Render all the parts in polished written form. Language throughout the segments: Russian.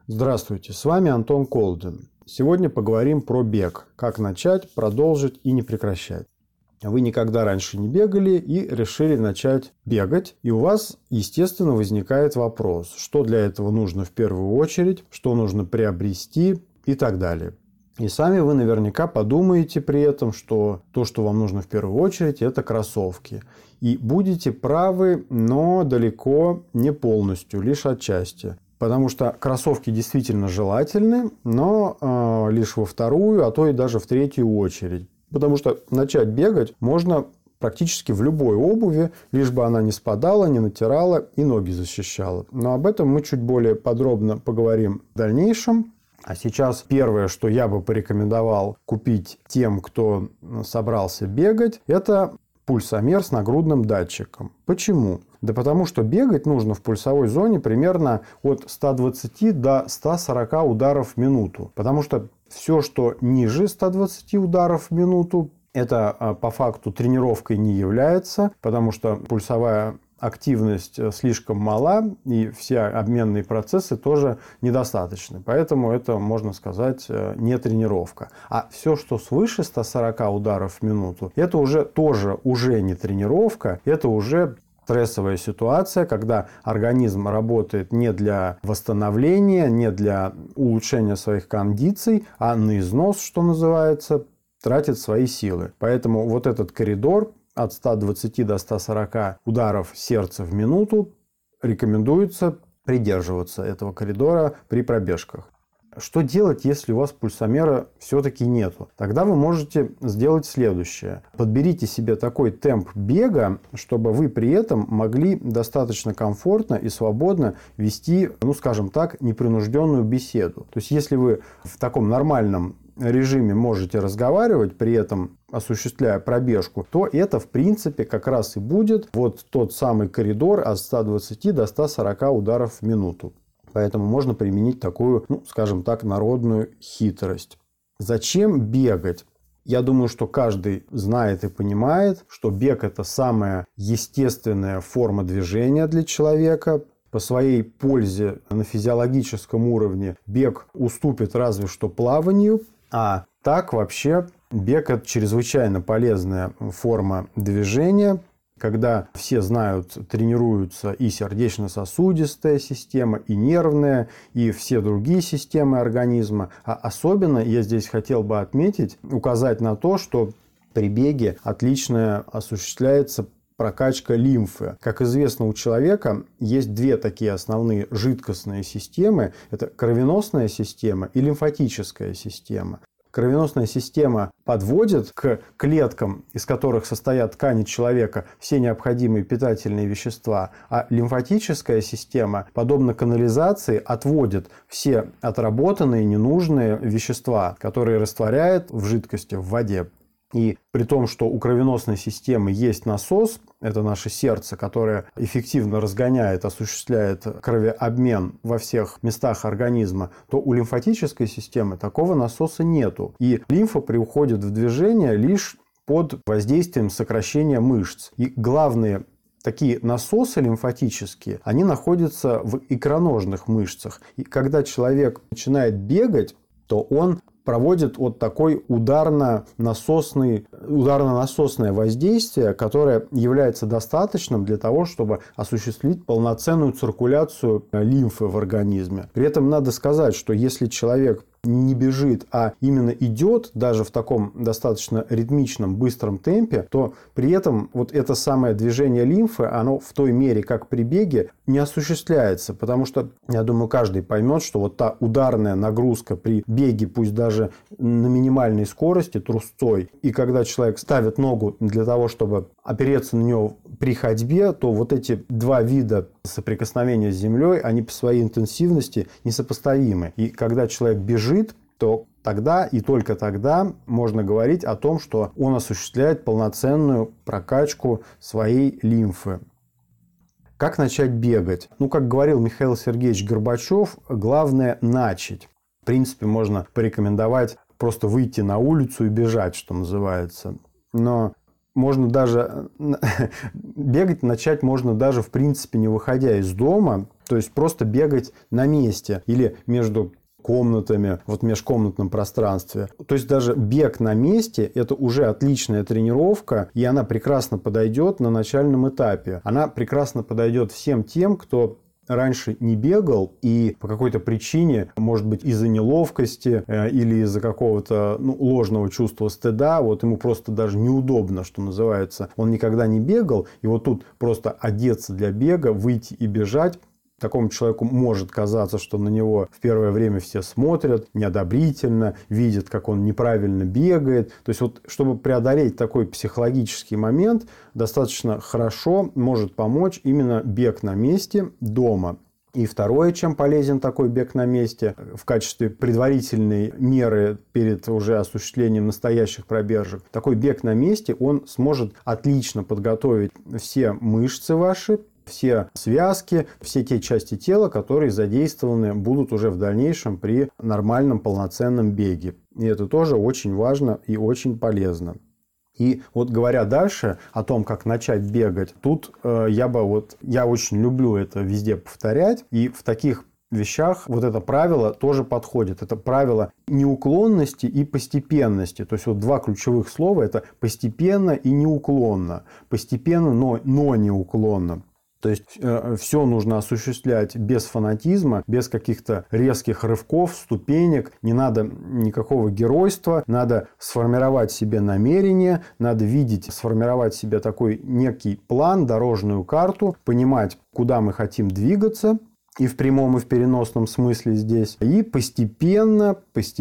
Здравствуйте, с вами Антон Колдин. Сегодня поговорим про бег. Как начать, продолжить и не прекращать. Вы никогда раньше не бегали и решили начать бегать. И у вас, естественно, возникает вопрос, что для этого нужно в первую очередь, что нужно приобрести и так далее. И сами вы наверняка подумаете при этом, что то, что вам нужно в первую очередь, это кроссовки. И будете правы, но далеко не полностью, лишь отчасти. Потому что кроссовки действительно желательны, но лишь во вторую, а то и даже в третью очередь. Потому что начать бегать можно практически в любой обуви, лишь бы она не спадала, не натирала и ноги защищала. Но об этом мы чуть более подробно поговорим в дальнейшем. А сейчас первое, что я бы порекомендовал купить тем, кто собрался бегать, это пульсомер с нагрудным датчиком. Почему? Да потому что бегать нужно в пульсовой зоне примерно от 120 до 140 ударов в минуту. Потому что все, что ниже 120 ударов в минуту, это по факту тренировкой не является, потому что пульсовая активность слишком мала, и все обменные процессы тоже недостаточны. Поэтому это, можно сказать, не тренировка. А все, что свыше 140 ударов в минуту, это уже не тренировка, это уже стрессовая ситуация, когда организм работает не для восстановления, не для улучшения своих кондиций, а на износ, что называется, тратит свои силы. Поэтому вот этот коридор от 120 до 140 ударов сердца в минуту рекомендуется придерживаться этого коридора при пробежках. Что делать, если у вас пульсомера все-таки нету? Тогда вы можете сделать следующее. Подберите себе такой темп бега, чтобы вы при этом могли достаточно комфортно и свободно вести, скажем так, непринужденную беседу. То есть, если вы в таком нормальном режиме можете разговаривать, при этом осуществляя пробежку, то это, в принципе, как раз и будет вот тот самый коридор от 120 до 140 ударов в минуту. Поэтому можно применить такую, скажем так, народную хитрость. Зачем бегать? Я думаю, что каждый знает и понимает, что бег – это самая естественная форма движения для человека. По своей пользе на физиологическом уровне бег уступит разве что плаванию. А так вообще бег – это чрезвычайно полезная форма движения. Когда все знают, тренируются и сердечно-сосудистая система, и нервная, и все другие системы организма. А особенно я здесь хотел бы отметить, указать на то, что при беге отлично осуществляется прокачка лимфы. Как известно, у человека есть две такие основные жидкостные системы. Это кровеносная система и лимфатическая система. Кровеносная система подводит к клеткам, из которых состоят ткани человека, все необходимые питательные вещества, а лимфатическая система, подобно канализации, отводит все отработанные ненужные вещества, которые растворяет в жидкости, в воде. И при том, что у кровеносной системы есть насос, это наше сердце, которое эффективно разгоняет, осуществляет кровеобмен во всех местах организма, то у лимфатической системы такого насоса нету. И лимфа приходит в движение лишь под воздействием сокращения мышц. И главные такие насосы лимфатические, они находятся в икроножных мышцах. И когда человек начинает бегать, то он проводит вот такой ударно-насосное воздействие, которое является достаточным для того, чтобы осуществить полноценную циркуляцию лимфы в организме. При этом надо сказать, что если человек не бежит, а именно идет даже в таком достаточно ритмичном, быстром темпе, то при этом вот это самое движение лимфы, оно в той мере, как при беге, не осуществляется. Потому что, я думаю, каждый поймет, что вот та ударная нагрузка при беге, пусть даже на минимальной скорости, трусцой, и когда человек ставит ногу для того, чтобы опереться на нее при ходьбе, то вот эти два вида соприкосновения с землей, они по своей интенсивности несопоставимы. И когда человек бежит, то тогда и только тогда можно говорить о том, что он осуществляет полноценную прокачку своей лимфы. Как начать бегать? Как говорил Михаил Сергеевич Горбачев, главное начать. В принципе, можно порекомендовать просто выйти на улицу и бежать, что называется. Но можно даже бегать начать можно даже в принципе не выходя из дома. То есть просто бегать на месте или между комнатами, в межкомнатном пространстве. То есть даже бег на месте – это уже отличная тренировка, и она прекрасно подойдет на начальном этапе. Она прекрасно подойдет всем тем, кто раньше не бегал и по какой-то причине, может быть, из-за неловкости или из-за какого-то ложного чувства стыда, вот ему просто даже неудобно, что называется. Он никогда не бегал, и вот тут просто одеться для бега, выйти и бежать. Такому человеку может казаться, что на него в первое время все смотрят неодобрительно, видят, как он неправильно бегает. То есть, вот, чтобы преодолеть такой психологический момент, достаточно хорошо может помочь именно бег на месте дома. И второе, чем полезен такой бег на месте в качестве предварительной меры перед уже осуществлением настоящих пробежек, такой бег на месте, он сможет отлично подготовить все мышцы ваши, все связки, все те части тела, которые задействованы будут уже в дальнейшем при нормальном полноценном беге. И это тоже очень важно и очень полезно. И вот говоря дальше о том, как начать бегать, тут я очень люблю это везде повторять, и в таких вещах вот это правило тоже подходит. Это правило неуклонности и постепенности. То есть вот два ключевых слова – это постепенно и неуклонно. Постепенно, но неуклонно. То есть все нужно осуществлять без фанатизма, без каких-то резких рывков, ступенек. Не надо никакого геройства. Надо сформировать себе намерение, надо сформировать себе такой некий план, дорожную карту, понимать, куда мы хотим двигаться. И в прямом, и в переносном смысле здесь. И постепенно,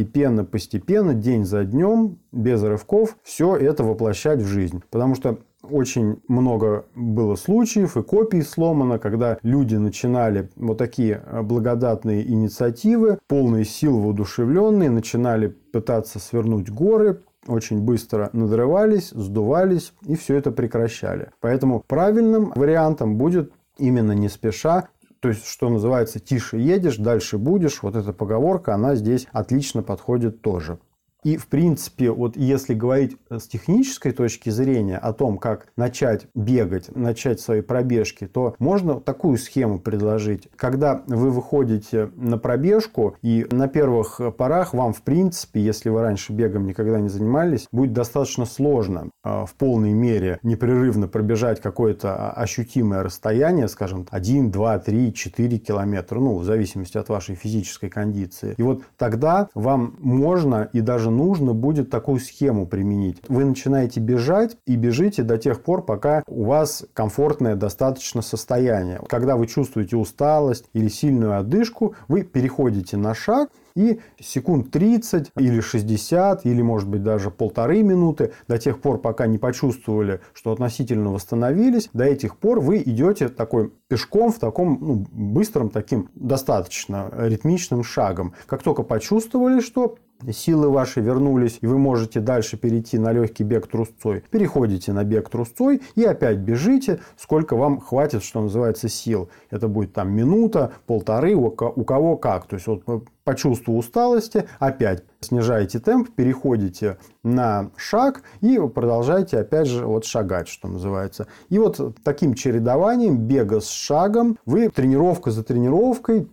день за днем, без рывков, все это воплощать в жизнь. Потому что очень много было случаев и копий сломано, когда люди начинали вот такие благодатные инициативы, полные сил, воодушевленные, начинали пытаться свернуть горы, очень быстро надрывались, сдувались и все это прекращали. Поэтому правильным вариантом будет именно не спеша, то есть, что называется, тише едешь, дальше будешь. Вот эта поговорка, она здесь отлично подходит тоже. И, в принципе, вот если говорить с технической точки зрения о том, как начать бегать, начать свои пробежки, то можно такую схему предложить. Когда вы выходите на пробежку, и на первых порах вам, в принципе, если вы раньше бегом никогда не занимались, будет достаточно сложно в полной мере непрерывно пробежать какое-то ощутимое расстояние, скажем, 1, 2, 3, 4 километра, в зависимости от вашей физической кондиции. И вот тогда вам можно и даже нужно будет такую схему применить. Вы начинаете бежать и бежите до тех пор, пока у вас комфортное достаточно состояние. Когда вы чувствуете усталость или сильную одышку, вы переходите на шаг и секунд 30 или 60, или, может быть, даже 1,5 минуты, до тех пор, пока не почувствовали, что относительно восстановились, до этих пор вы идете пешком в таком быстром, таким достаточно ритмичным шагом. Как только почувствовали, что силы ваши вернулись, и вы можете дальше перейти на легкий бег трусцой, переходите на бег трусцой и опять бежите, сколько вам хватит, что называется, сил. Это будет минута, 1,5, у кого как. То есть, вот по чувству усталости опять снижаете темп, переходите на шаг и продолжаете опять же шагать, что называется. И вот таким чередованием бега с шагом вы тренировка за тренировкой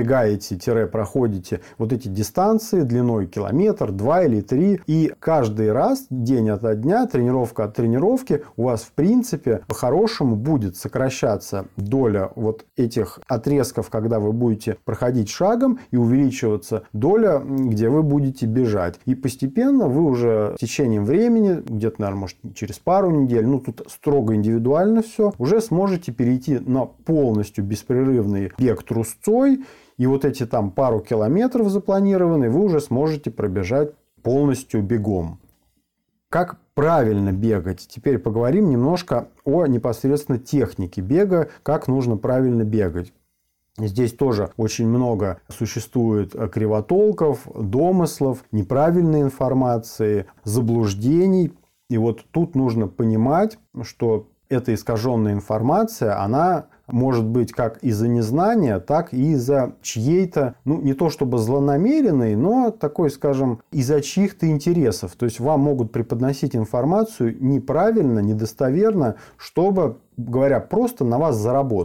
проходите вот эти дистанции длиной километр, 2 или 3. И каждый раз, день ото дня, тренировка от тренировки, у вас, в принципе, по-хорошему будет сокращаться доля вот этих отрезков, когда вы будете проходить шагом, и увеличиваться доля, где вы будете бежать. И постепенно вы уже с течением времени, где-то, наверное, может, через пару недель, тут строго индивидуально все, уже сможете перейти на полностью беспрерывный бег трусцой. И вот эти пару километров запланированные вы уже сможете пробежать полностью бегом. Как правильно бегать? Теперь поговорим немножко о непосредственно технике бега, как нужно правильно бегать. Здесь тоже очень много существует кривотолков, домыслов, неправильной информации, заблуждений. И вот тут нужно понимать, что эта искаженная информация, она может быть как из-за незнания, так и из-за чьей-то, не то чтобы злонамеренной, но такой, скажем, из-за чьих-то интересов. То есть вам могут преподносить информацию неправильно, недостоверно, чтобы, говоря просто, на вас заработать.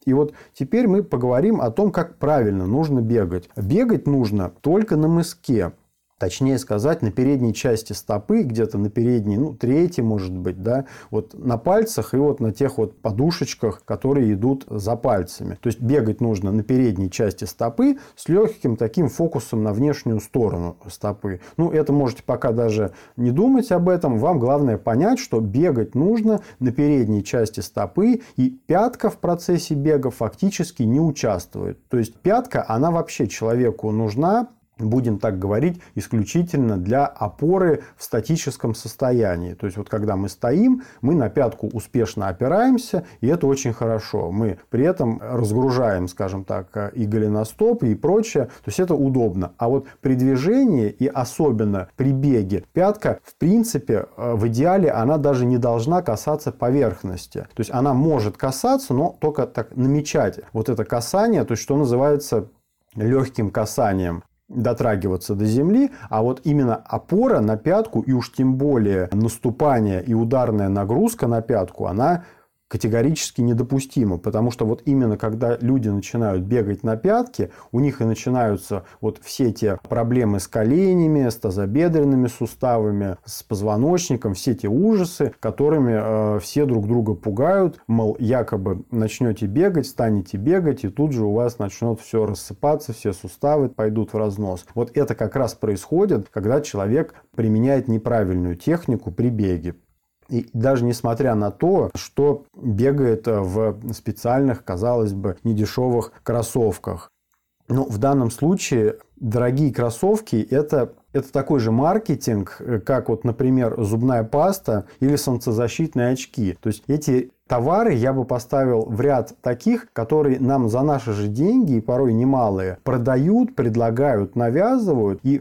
И вот теперь мы поговорим о том, как правильно нужно бегать. Бегать нужно только на мыске. Точнее сказать, на передней части стопы, где-то на передней, третьей, может быть, да, вот на пальцах и вот на тех вот подушечках, которые идут за пальцами. То есть бегать нужно на передней части стопы с легким таким фокусом на внешнюю сторону стопы. Это можете пока даже не думать об этом. Вам главное понять, что бегать нужно на передней части стопы, и пятка в процессе бега фактически не участвует. То есть пятка, она вообще человеку нужна, будем так говорить, исключительно для опоры в статическом состоянии. То есть, вот когда мы стоим, мы на пятку успешно опираемся, и это очень хорошо. Мы при этом разгружаем, скажем так, и голеностоп, и прочее. То есть, это удобно. А вот при движении, и особенно при беге, пятка, в принципе, в идеале, она даже не должна касаться поверхности. То есть, она может касаться, но только так намечать вот это касание, то есть, что называется легким касанием, дотрагиваться до земли, а вот именно опора на пятку и уж тем более наступание и ударная нагрузка на пятку, она категорически недопустимо, потому что вот именно когда люди начинают бегать на пятки, у них и начинаются вот все те проблемы с коленями, с тазобедренными суставами, с позвоночником, все те ужасы, которыми все друг друга пугают, мол, якобы начнете бегать, станете бегать, и тут же у вас начнет все рассыпаться, все суставы пойдут в разнос. Вот это как раз происходит, когда человек применяет неправильную технику при беге. И даже несмотря на то, что бегает в специальных, казалось бы, недешевых кроссовках. Но в данном случае дорогие кроссовки – это такой же маркетинг, как, вот, например, зубная паста или солнцезащитные очки. То есть эти товары я бы поставил в ряд таких, которые нам за наши же деньги, и порой немалые, продают, предлагают, навязывают и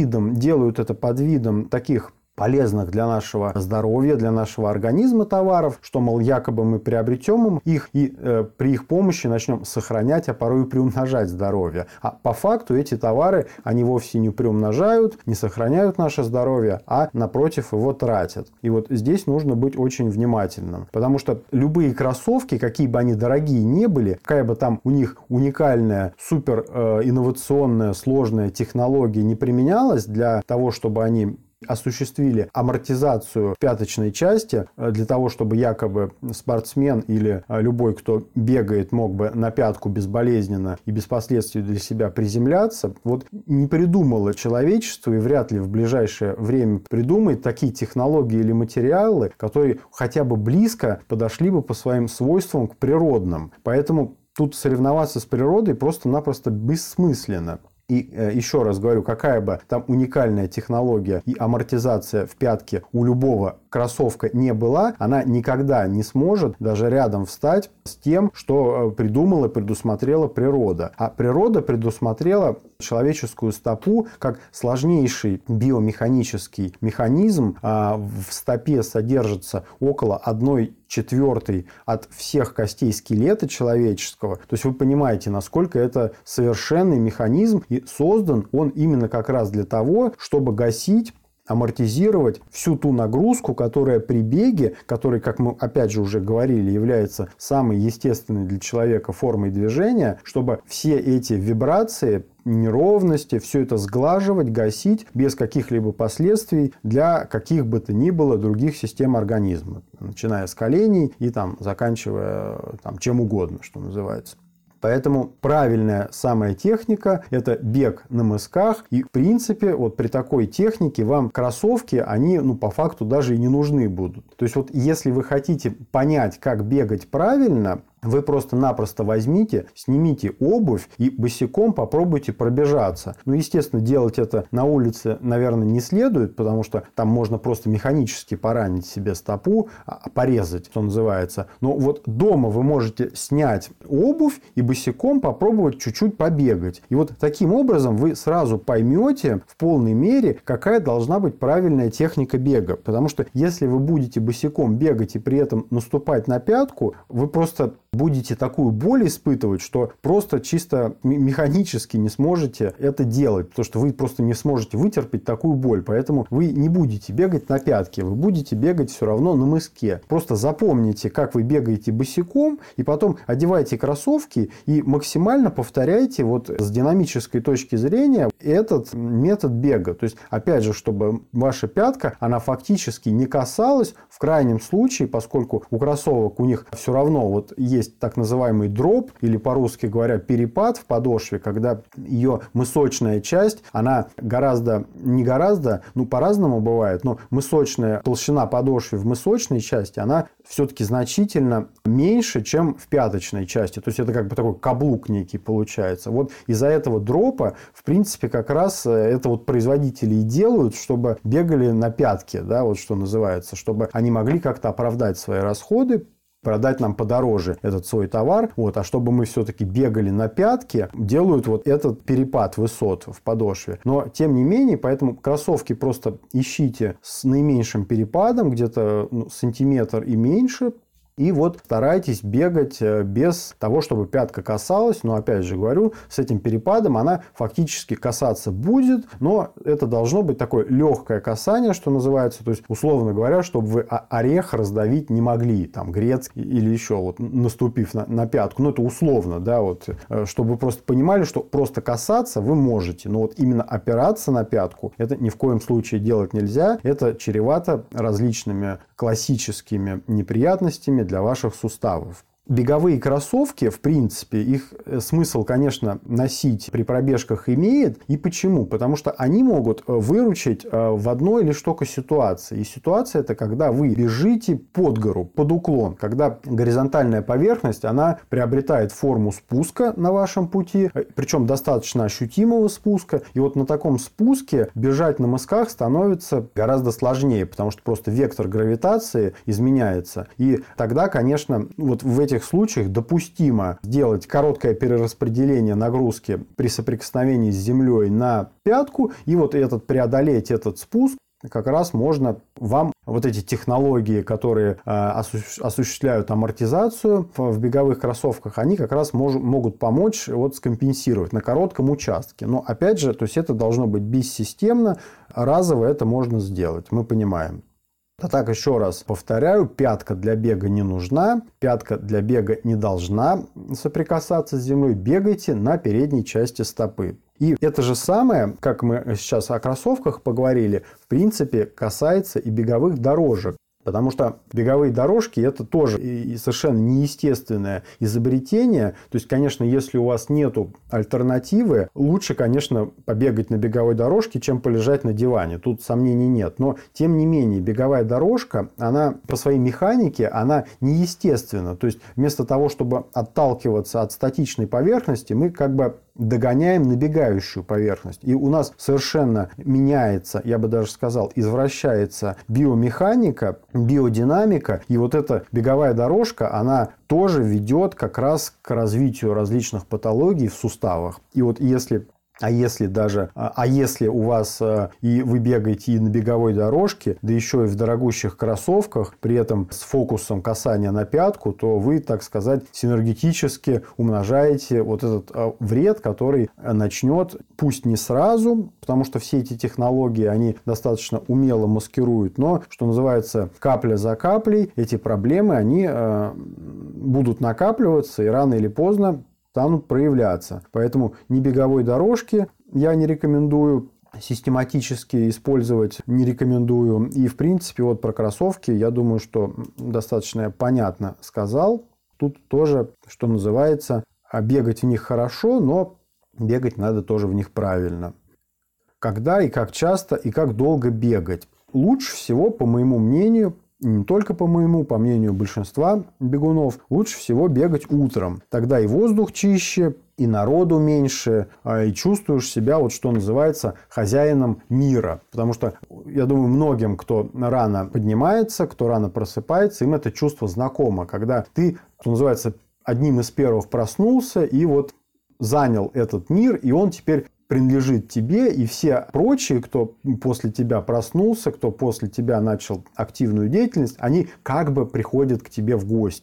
делают это под видом таких полезных для нашего здоровья, для нашего организма товаров, что, мол, якобы мы приобретем их и при их помощи начнем сохранять, а порой и приумножать здоровье. А по факту эти товары, они вовсе не приумножают, не сохраняют наше здоровье, а напротив его тратят. И вот здесь нужно быть очень внимательным, потому что любые кроссовки, какие бы они дорогие ни были, какая бы там у них уникальная, супер инновационная, сложная технология не применялась для того, чтобы они осуществили амортизацию пяточной части для того, чтобы якобы спортсмен или любой, кто бегает, мог бы на пятку безболезненно и без последствий для себя приземляться. Вот не придумало человечество и вряд ли в ближайшее время придумает такие технологии или материалы, которые хотя бы близко подошли бы по своим свойствам к природным. Поэтому тут соревноваться с природой просто-напросто бессмысленно. И еще раз говорю, какая бы там уникальная технология и амортизация в пятке у любого кроссовка не была, она никогда не сможет даже рядом встать с тем, что придумала, предусмотрела природа. А природа предусмотрела человеческую стопу как сложнейший биомеханический механизм. В стопе содержится около 1/4 от всех костей скелета человеческого. То есть вы понимаете, насколько это совершенный механизм, и создан он именно как раз для того, чтобы гасить, амортизировать всю ту нагрузку, которая при беге, который, как мы опять же уже говорили, является самой естественной для человека формой движения, чтобы все эти вибрации, неровности, все это сглаживать, гасить без каких-либо последствий для каких бы то ни было других систем организма, начиная с коленей и заканчивая чем угодно, что называется. Поэтому правильная самая техника – это бег на мысках. И, в принципе, вот при такой технике вам кроссовки, они, по факту даже и не нужны будут. То есть, вот если вы хотите понять, как бегать правильно, вы просто-напросто возьмите, снимите обувь и босиком попробуйте пробежаться. Естественно, делать это на улице, наверное, не следует, потому что там можно просто механически поранить себе стопу, порезать, что называется. Но вот дома вы можете снять обувь и босиком попробовать чуть-чуть побегать. И вот таким образом вы сразу поймете в полной мере, какая должна быть правильная техника бега. Потому что если вы будете босиком бегать и при этом наступать на пятку, вы просто будете такую боль испытывать, что просто чисто механически не сможете это делать, потому что вы просто не сможете вытерпеть такую боль. Поэтому вы не будете бегать на пятке, вы будете бегать все равно на мыске. Просто запомните, как вы бегаете босиком, и потом одевайте кроссовки и максимально повторяйте вот с динамической точки зрения этот метод бега. То есть, опять же, чтобы ваша пятка, она фактически не касалась, в крайнем случае, поскольку у кроссовок у них все равно вот есть так называемый дроп, или по-русски говоря, перепад в подошве, когда ее мысочная часть, она по-разному бывает, но мысочная толщина подошвы в мысочной части, она все-таки значительно меньше, чем в пяточной части. То есть, это как бы такой каблук некий получается. Вот из-за этого дропа, в принципе, как раз это вот производители и делают, чтобы бегали на пятке, да, вот что называется, чтобы они могли как-то оправдать свои расходы, продать нам подороже этот свой товар. Вот, а чтобы мы все-таки бегали на пятке, делают вот этот перепад высот в подошве. Но, тем не менее, поэтому кроссовки просто ищите с наименьшим перепадом, где-то сантиметр и меньше. И вот старайтесь бегать без того, чтобы пятка касалась. Но, опять же говорю, с этим перепадом она фактически касаться будет. Но это должно быть такое легкое касание, что называется. То есть, условно говоря, чтобы вы орех раздавить не могли. Там, грец или еще вот, наступив на пятку. Ну, это условно, да, вот. Чтобы вы просто понимали, что просто касаться вы можете. Но вот именно опираться на пятку, это ни в коем случае делать нельзя. Это чревато различными классическими неприятностями для ваших суставов. Беговые кроссовки, в принципе, их смысл, конечно, носить при пробежках имеет. И почему? Потому что они могут выручить в одной лишь только ситуации. И ситуация – это когда вы бежите под гору, под уклон. Когда горизонтальная поверхность, она приобретает форму спуска на вашем пути, причем достаточно ощутимого спуска. И вот на таком спуске бежать на мысках становится гораздо сложнее, потому что просто вектор гравитации изменяется. И тогда, конечно, вот в этих случаях допустимо сделать короткое перераспределение нагрузки при соприкосновении с землей на пятку, и вот преодолеть этот спуск как раз можно вам вот эти технологии, которые осуществляют амортизацию в беговых кроссовках, они как раз могут помочь вот скомпенсировать на коротком участке. Но опять же, то есть это должно быть бессистемно, разово это можно сделать, мы понимаем. А так, еще раз повторяю, пятка для бега не нужна, пятка для бега не должна соприкасаться с землей. Бегайте на передней части стопы. И это же самое, как мы сейчас о кроссовках поговорили, в принципе, касается и беговых дорожек. Потому что беговые дорожки – это тоже совершенно неестественное изобретение. То есть, конечно, если у вас нет альтернативы, лучше, конечно, побегать на беговой дорожке, чем полежать на диване. Тут сомнений нет. Но, тем не менее, беговая дорожка, она по своей механике, она неестественна. То есть, вместо того, чтобы отталкиваться от статичной поверхности, мы как бы догоняем набегающую поверхность. И у нас совершенно меняется, я бы даже сказал, извращается биомеханика, биодинамика. И вот эта беговая дорожка, она тоже ведет как раз к развитию различных патологий в суставах. И вот если у вас и вы бегаете и на беговой дорожке, да еще и в дорогущих кроссовках, при этом с фокусом касания на пятку, то вы, так сказать, синергетически умножаете вот этот вред, который начнет, пусть не сразу, потому что все эти технологии, они достаточно умело маскируют, но, что называется, капля за каплей, эти проблемы, они будут накапливаться и рано или поздно станут проявляться. Поэтому ни беговой дорожки я не рекомендую, систематически использовать не рекомендую. И, в принципе, вот про кроссовки, я думаю, что достаточно понятно сказал. Тут тоже, что называется, бегать в них хорошо, но бегать надо тоже в них правильно. Когда и как часто и как долго бегать? Лучше всего, по моему мнению, не только по моему, по мнению большинства бегунов, лучше всего бегать утром. Тогда и воздух чище, и народу меньше, и чувствуешь себя, вот что называется, хозяином мира. Потому что, я думаю, многим, кто рано поднимается, кто рано просыпается, им это чувство знакомо. Когда ты, что называется, одним из первых проснулся и вот занял этот мир, и он теперь принадлежит тебе, и все прочие, кто после тебя проснулся, кто после тебя начал активную деятельность, они как бы приходят к тебе в гости.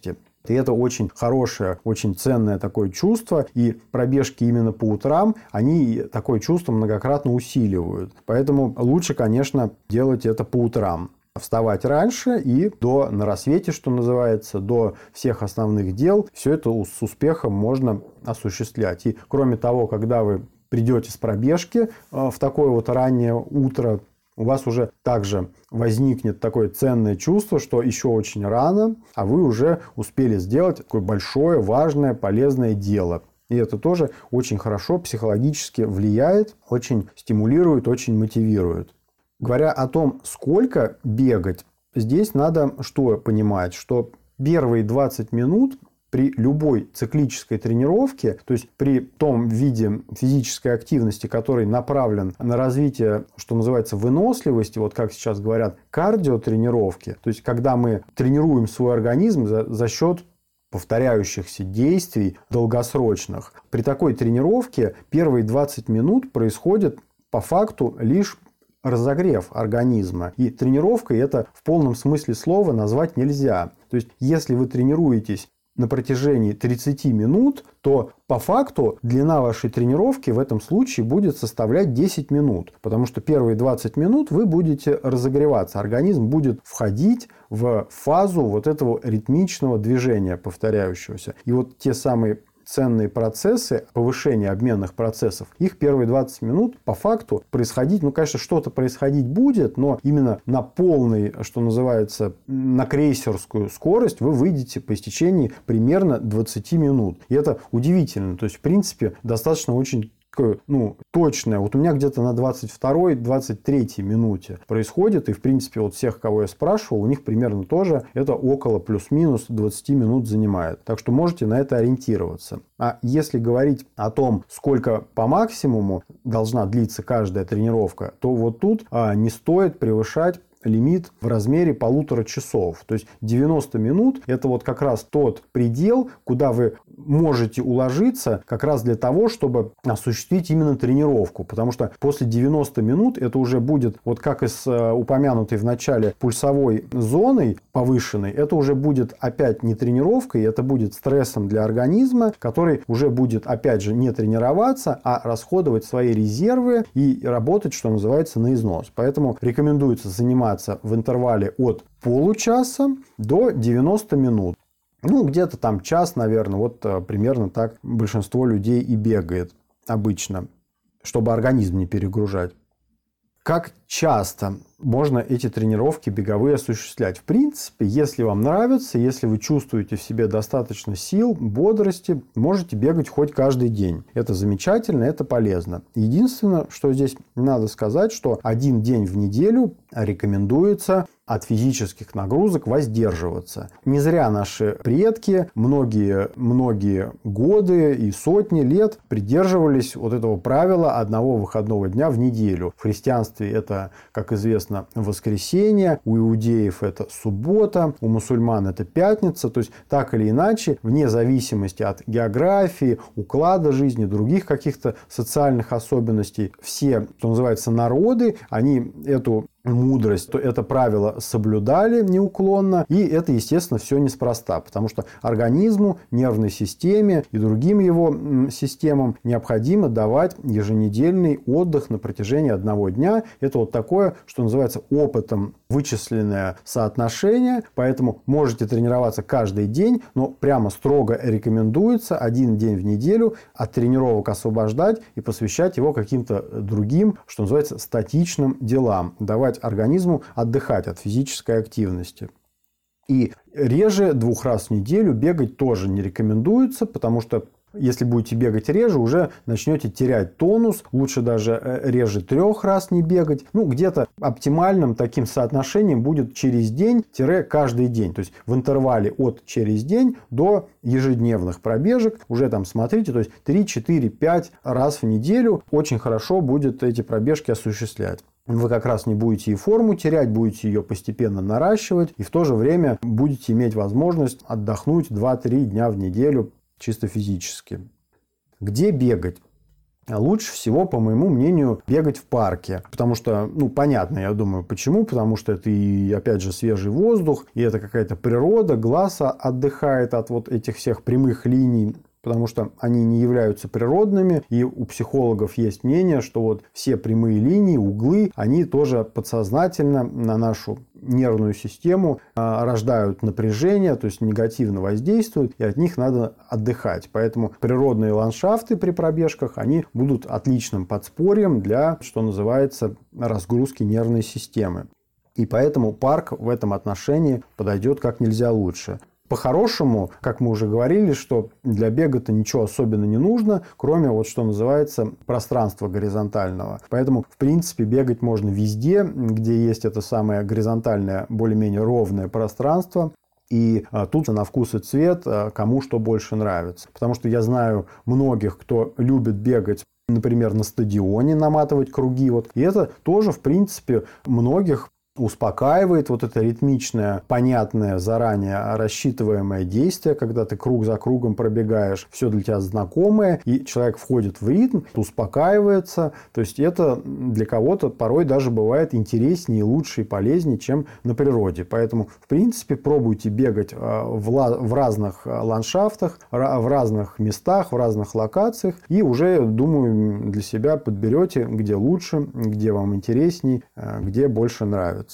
И это очень хорошее, очень ценное такое чувство. И пробежки именно по утрам, они такое чувство многократно усиливают. Поэтому лучше, конечно, делать это по утрам. Вставать раньше и на рассвете, что называется, до всех основных дел, все это с успехом можно осуществлять. И кроме того, когда вы придете с пробежки в такое вот раннее утро, у вас уже также возникнет такое ценное чувство, что еще очень рано, а вы уже успели сделать такое большое, важное, полезное дело. И это тоже очень хорошо психологически влияет, очень стимулирует, очень мотивирует. Говоря о том, сколько бегать, здесь надо что понимать, что первые 20 минут при любой циклической тренировке, то есть при том виде физической активности, который направлен на развитие, что называется, выносливости, вот как сейчас говорят, кардиотренировки, то есть когда мы тренируем свой организм за счет повторяющихся действий долгосрочных. При такой тренировке первые 20 минут происходит по факту лишь разогрев организма. И тренировкой это в полном смысле слова назвать нельзя. То есть, если вы тренируетесь на протяжении 30 минут, то по факту длина вашей тренировки в этом случае будет составлять 10 минут. Потому что первые 20 минут вы будете разогреваться. Организм будет входить в фазу вот этого ритмичного движения повторяющегося. И вот те самые ценные процессы, повышение обменных процессов, их первые 20 минут по факту происходить, конечно, что-то происходить будет, но именно на полной, что называется, на крейсерскую скорость вы выйдете по истечении примерно 20 минут. И это удивительно. То есть, в принципе, достаточно очень точное. Вот у меня где-то на 22-23 минуте происходит. И, в принципе, вот всех, кого я спрашивал, у них примерно тоже это около плюс-минус 20 минут занимает. Так что можете на это ориентироваться. А если говорить о том, сколько по максимуму должна длиться каждая тренировка, то вот тут не стоит превышать лимит в размере 1,5 часов. То есть 90 минут – это вот как раз тот предел, куда вы можете уложиться как раз для того, чтобы осуществить именно тренировку. Потому что после 90 минут это уже будет, вот как и с упомянутой в начале пульсовой зоной повышенной, это уже будет опять не тренировкой, это будет стрессом для организма, который уже будет опять же не тренироваться, а расходовать свои резервы и работать, что называется, на износ. Поэтому рекомендуется заниматься в интервале от получаса до 90 минут. Где-то там час, наверное, вот примерно так большинство людей и бегает обычно, чтобы организм не перегружать. Как часто можно эти тренировки беговые осуществлять? В принципе, если вам нравится, если вы чувствуете в себе достаточно сил, бодрости, можете бегать хоть каждый день. Это замечательно, это полезно. Единственное, что здесь надо сказать, что один день в неделю рекомендуется от физических нагрузок воздерживаться. Не зря наши предки многие годы и сотни лет придерживались вот этого правила одного выходного дня в неделю. В христианстве это, как известно, воскресенье, у иудеев это суббота, у мусульман это пятница. То есть, так или иначе, вне зависимости от географии, уклада жизни, других каких-то социальных особенностей, все, что называется, народы, они эту мудрость, то это правило соблюдали неуклонно, и это, естественно, все неспроста, потому что организму, нервной системе и другим его системам необходимо давать еженедельный отдых на протяжении одного дня. Это вот такое, что называется, опытом вычисленное соотношение, поэтому можете тренироваться каждый день, но прямо строго рекомендуется один день в неделю от тренировок освобождать и посвящать его каким-то другим, что называется, статичным делам, давать организму отдыхать от физической активности. И реже 2 раз в неделю бегать тоже не рекомендуется, потому что если будете бегать реже, уже начнете терять тонус. Лучше даже реже 3 раз не бегать. Где-то оптимальным таким соотношением будет через день-каждый день. То есть в интервале от через день до ежедневных пробежек. Уже там смотрите, то есть 3, 4, 5 раз в неделю очень хорошо будет эти пробежки осуществлять. Вы как раз не будете и форму терять, будете ее постепенно наращивать. И в то же время будете иметь возможность отдохнуть 2-3 дня в неделю чисто физически. Где бегать? лучше всего, по моему мнению, бегать в парке. Потому что, понятно, я думаю, почему. Потому что это и, опять же, свежий воздух, и это какая-то природа, глаз отдыхает от вот этих всех прямых линий, потому что они не являются природными. И у психологов есть мнение, что вот все прямые линии, углы, они тоже подсознательно на нашу нервную систему рождают напряжение, то есть негативно воздействуют, и от них надо отдыхать. Поэтому природные ландшафты при пробежках, они будут отличным подспорьем для, что называется, разгрузки нервной системы. И поэтому парк в этом отношении подойдет как нельзя лучше. По-хорошему, как мы уже говорили, что для бега-то ничего особенно не нужно, кроме вот что называется пространства горизонтального. Поэтому, в принципе, бегать можно везде, где есть это самое горизонтальное, более-менее ровное пространство. И тут на вкус и цвет, кому что больше нравится. Потому что я знаю многих, кто любит бегать, например, на стадионе, наматывать круги. И это тоже, в принципе, многих успокаивает вот это ритмичное, понятное, заранее рассчитываемое действие, когда ты круг за кругом пробегаешь, все для тебя знакомое, и человек входит в ритм, успокаивается. То есть это для кого-то порой даже бывает интереснее, лучше и полезнее, чем на природе. Поэтому, в принципе, пробуйте бегать в разных ландшафтах, в разных местах, в разных локациях, и уже, думаю, для себя подберете, где лучше, где вам интересней, где больше нравится.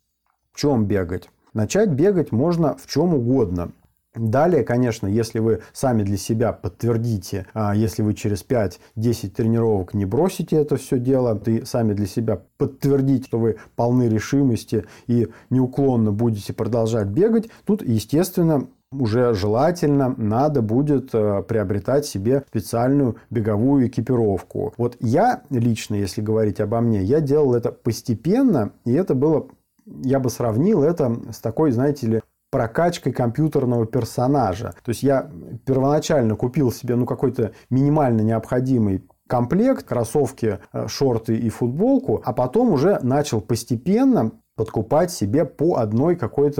В чем бегать? Начать бегать можно в чем угодно. Далее, конечно, если вы сами для себя подтвердите, если вы через 5-10 тренировок не бросите это все дело, и сами для себя подтвердите, что вы полны решимости и неуклонно будете продолжать бегать, тут, естественно, уже желательно надо будет приобретать себе специальную беговую экипировку. Вот я лично, если говорить обо мне, я делал это постепенно, и это было, я бы сравнил это с такой, знаете ли, прокачкой компьютерного персонажа. То есть я первоначально купил себе по минимально необходимый комплект, кроссовки, шорты и футболку, а потом уже начал постепенно подкупать себе по одному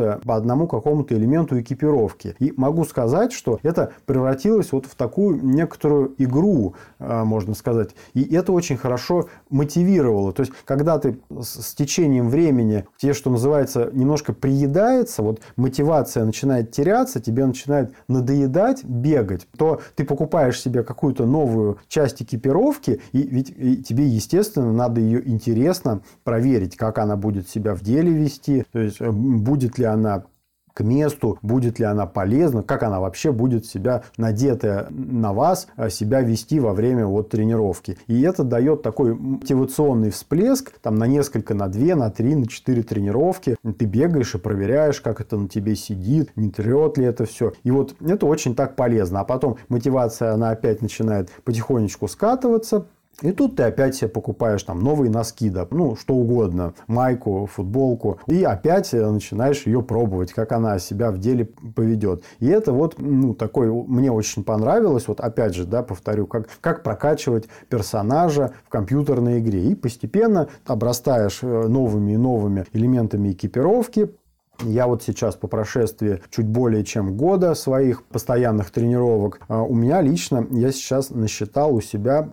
какому-то элементу экипировки. И могу сказать, что это превратилось вот в такую некоторую игру, можно сказать. И это очень хорошо мотивировало. То есть, когда ты с течением времени, тебе, что называется, немножко приедается, вот мотивация начинает теряться, тебе начинает надоедать бегать, то ты покупаешь себе какую-то новую часть экипировки, и тебе, естественно, надо ее интересно проверить, как она будет себя в деле вести, то есть будет ли она к месту, будет ли она полезна, как она вообще будет себя, надетая на вас, себя вести во время тренировки. И это дает такой мотивационный всплеск на несколько, на 2, на 3, на 4 тренировки. Ты бегаешь и проверяешь, как это на тебе сидит, не трет ли это все. И это очень так полезно. А потом мотивация, она опять начинает потихонечку скатываться. И тут ты опять себе покупаешь новые носки, что угодно, майку, футболку, и опять начинаешь ее пробовать, как она себя в деле поведет. И это такой, мне очень понравилось, опять же, повторю, как прокачивать персонажа в компьютерной игре. И постепенно обрастаешь новыми и новыми элементами экипировки. Я сейчас по прошествии чуть более чем года своих постоянных тренировок, у меня лично, я сейчас насчитал у себя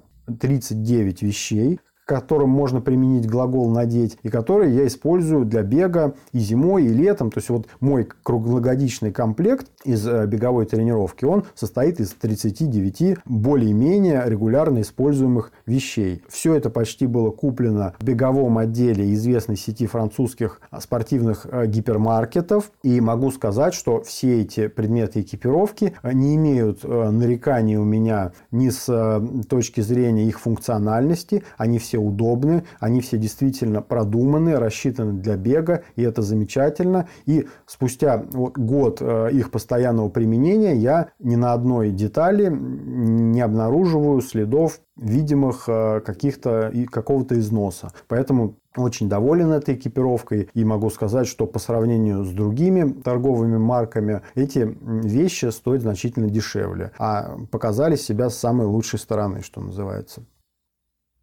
39 вещей, к которым можно применить глагол «надеть», и которые я использую для бега и зимой, и летом. То есть, мой круглогодичный комплект из беговой тренировки, он состоит из 39 более-менее регулярно используемых вещей. Все это почти было куплено в беговом отделе известной сети французских спортивных гипермаркетов. И могу сказать, что все эти предметы экипировки не имеют нареканий у меня ни с точки зрения их функциональности. Они все удобны, они все действительно продуманы, рассчитаны для бега, и это замечательно. И спустя год их постоянного применения я ни на одной детали не обнаруживаю следов видимых какого-то износа. Поэтому очень доволен этой экипировкой и могу сказать, что по сравнению с другими торговыми марками эти вещи стоят значительно дешевле, а показали себя с самой лучшей стороны, что называется.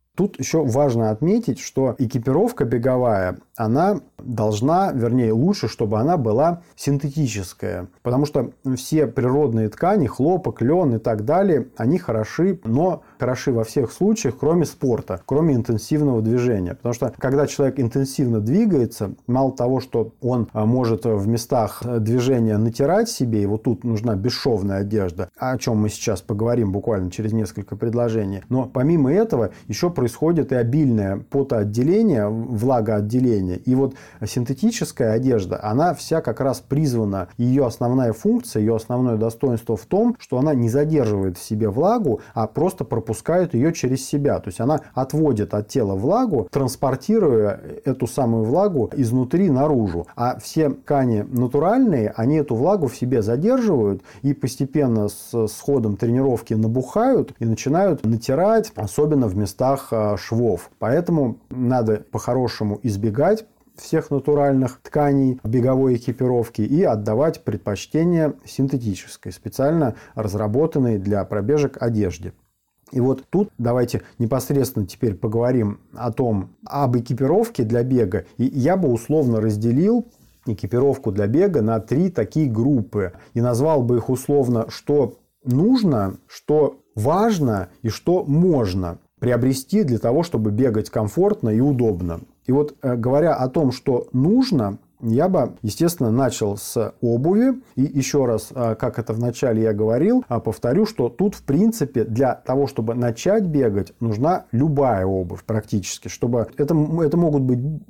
Тут еще важно отметить, что экипировка беговая, она должна, вернее, лучше, чтобы она была синтетическая. Потому что все природные ткани, хлопок, лен и так далее, они хороши, но хороши во всех случаях, кроме спорта, кроме интенсивного движения. Потому что, когда человек интенсивно двигается, мало того, что он может в местах движения натирать себе, и вот тут нужна бесшовная одежда, о чем мы сейчас поговорим буквально через несколько предложений, но помимо этого еще происходит и обильное потоотделение, влагоотделение. И вот синтетическая одежда, она вся как раз призвана, ее основная функция, ее основное достоинство в том, что она не задерживает в себе влагу, а просто пропускает ее через себя. То есть она отводит от тела влагу, транспортируя эту самую влагу изнутри наружу. А все ткани натуральные, они эту влагу в себе задерживают и постепенно с ходом тренировки набухают и начинают натирать, особенно в местах швов. Поэтому надо по-хорошему избегать всех натуральных тканей беговой экипировки и отдавать предпочтение синтетической, специально разработанной для пробежек одежде. И вот тут давайте непосредственно теперь поговорим об экипировке для бега. И я бы условно разделил экипировку для бега на 3 такие группы. И назвал бы их условно, что нужно, что важно и что можно приобрести для того, чтобы бегать комфортно и удобно. И вот говоря о том, что нужно, я бы, естественно, начал с обуви. И еще раз, как это вначале я говорил, повторю, что тут, в принципе, для того, чтобы начать бегать, нужна любая обувь практически. Чтобы это могут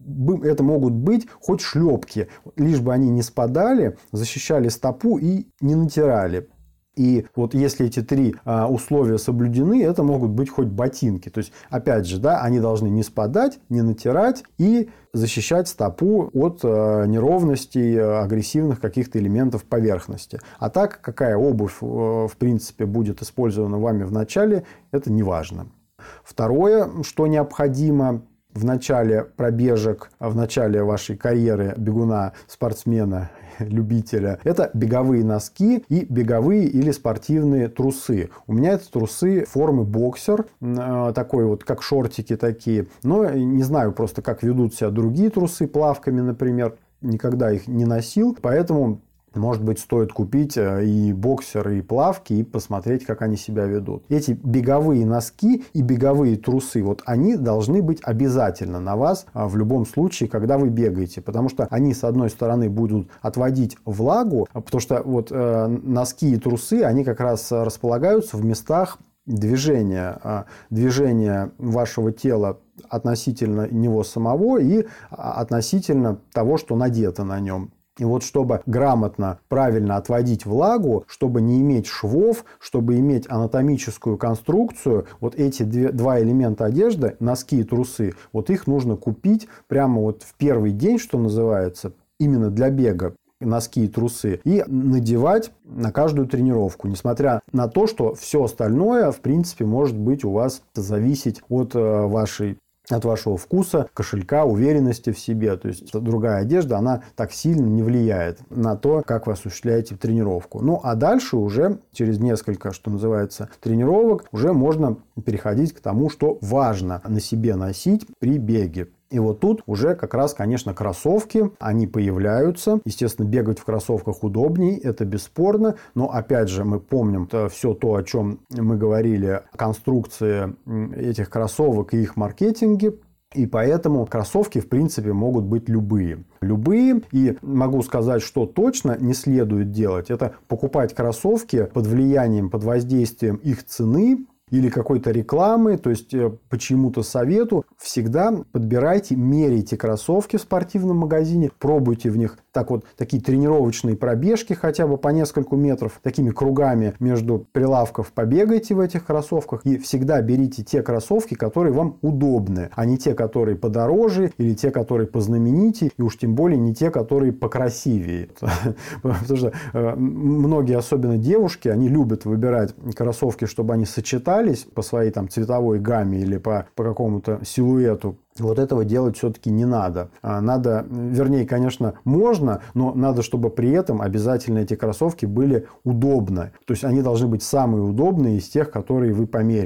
быть хоть шлепки, лишь бы они не спадали, защищали стопу и не натирали. И вот если эти 3 условия соблюдены, это могут быть хоть ботинки. То есть, опять же, да, они должны не спадать, не натирать и защищать стопу от неровностей, агрессивных каких-то элементов поверхности. А так, какая обувь, в принципе, будет использована вами в начале, это не важно. Второе, что необходимо в начале пробежек, в начале вашей карьеры бегуна, спортсмена, любителя, это беговые носки и беговые или спортивные трусы. У меня это трусы формы боксер, такой вот, как шортики такие. Но не знаю просто, как ведут себя другие трусы плавками, например. Никогда их не носил, поэтому... Может быть, стоит купить и боксеры, и плавки, и посмотреть, как они себя ведут. Эти беговые носки и беговые трусы, вот они должны быть обязательно на вас в любом случае, когда вы бегаете. Потому что они, с одной стороны, будут отводить влагу, потому что вот носки и трусы, они как раз располагаются в местах движения вашего тела относительно него самого и относительно того, что надето на нем. И вот чтобы грамотно, правильно отводить влагу, чтобы не иметь швов, чтобы иметь анатомическую конструкцию, вот эти 2 элемента одежды, носки и трусы, вот их нужно купить прямо вот в первый день, что называется, именно для бега. Носки и трусы, и надевать на каждую тренировку, несмотря на то, что все остальное, в принципе, может быть у вас зависеть от вашего вкуса, кошелька, уверенности в себе. То есть, другая одежда, она так сильно не влияет на то, как вы осуществляете тренировку. Ну, а дальше уже через несколько, что называется, тренировок, уже можно переходить к тому, что важно на себе носить при беге. И вот тут уже как раз, конечно, кроссовки, они появляются. Естественно, бегать в кроссовках удобней, это бесспорно. Но, опять же, мы помним все то, о чем мы говорили, конструкции этих кроссовок и их маркетинге. И поэтому кроссовки, в принципе, могут быть любые. И могу сказать, что точно не следует делать, это покупать кроссовки под влиянием, под воздействием их цены, или какой-то рекламы, то есть по чьему-то совету, всегда подбирайте, меряйте кроссовки в спортивном магазине, пробуйте в них такие тренировочные пробежки хотя бы по несколько метров, такими кругами между прилавков побегайте в этих кроссовках и всегда берите те кроссовки, которые вам удобны, а не те, которые подороже или те, которые познаменитее, и уж тем более не те, которые покрасивее. Потому что многие, особенно девушки, они любят выбирать кроссовки, чтобы они сочетались по своей цветовой гамме или по какому-то силуэту. Вот этого делать все-таки не надо. Вернее, конечно, можно, но надо, чтобы при этом обязательно эти кроссовки были удобны. То есть, они должны быть самые удобные из тех, которые вы померили.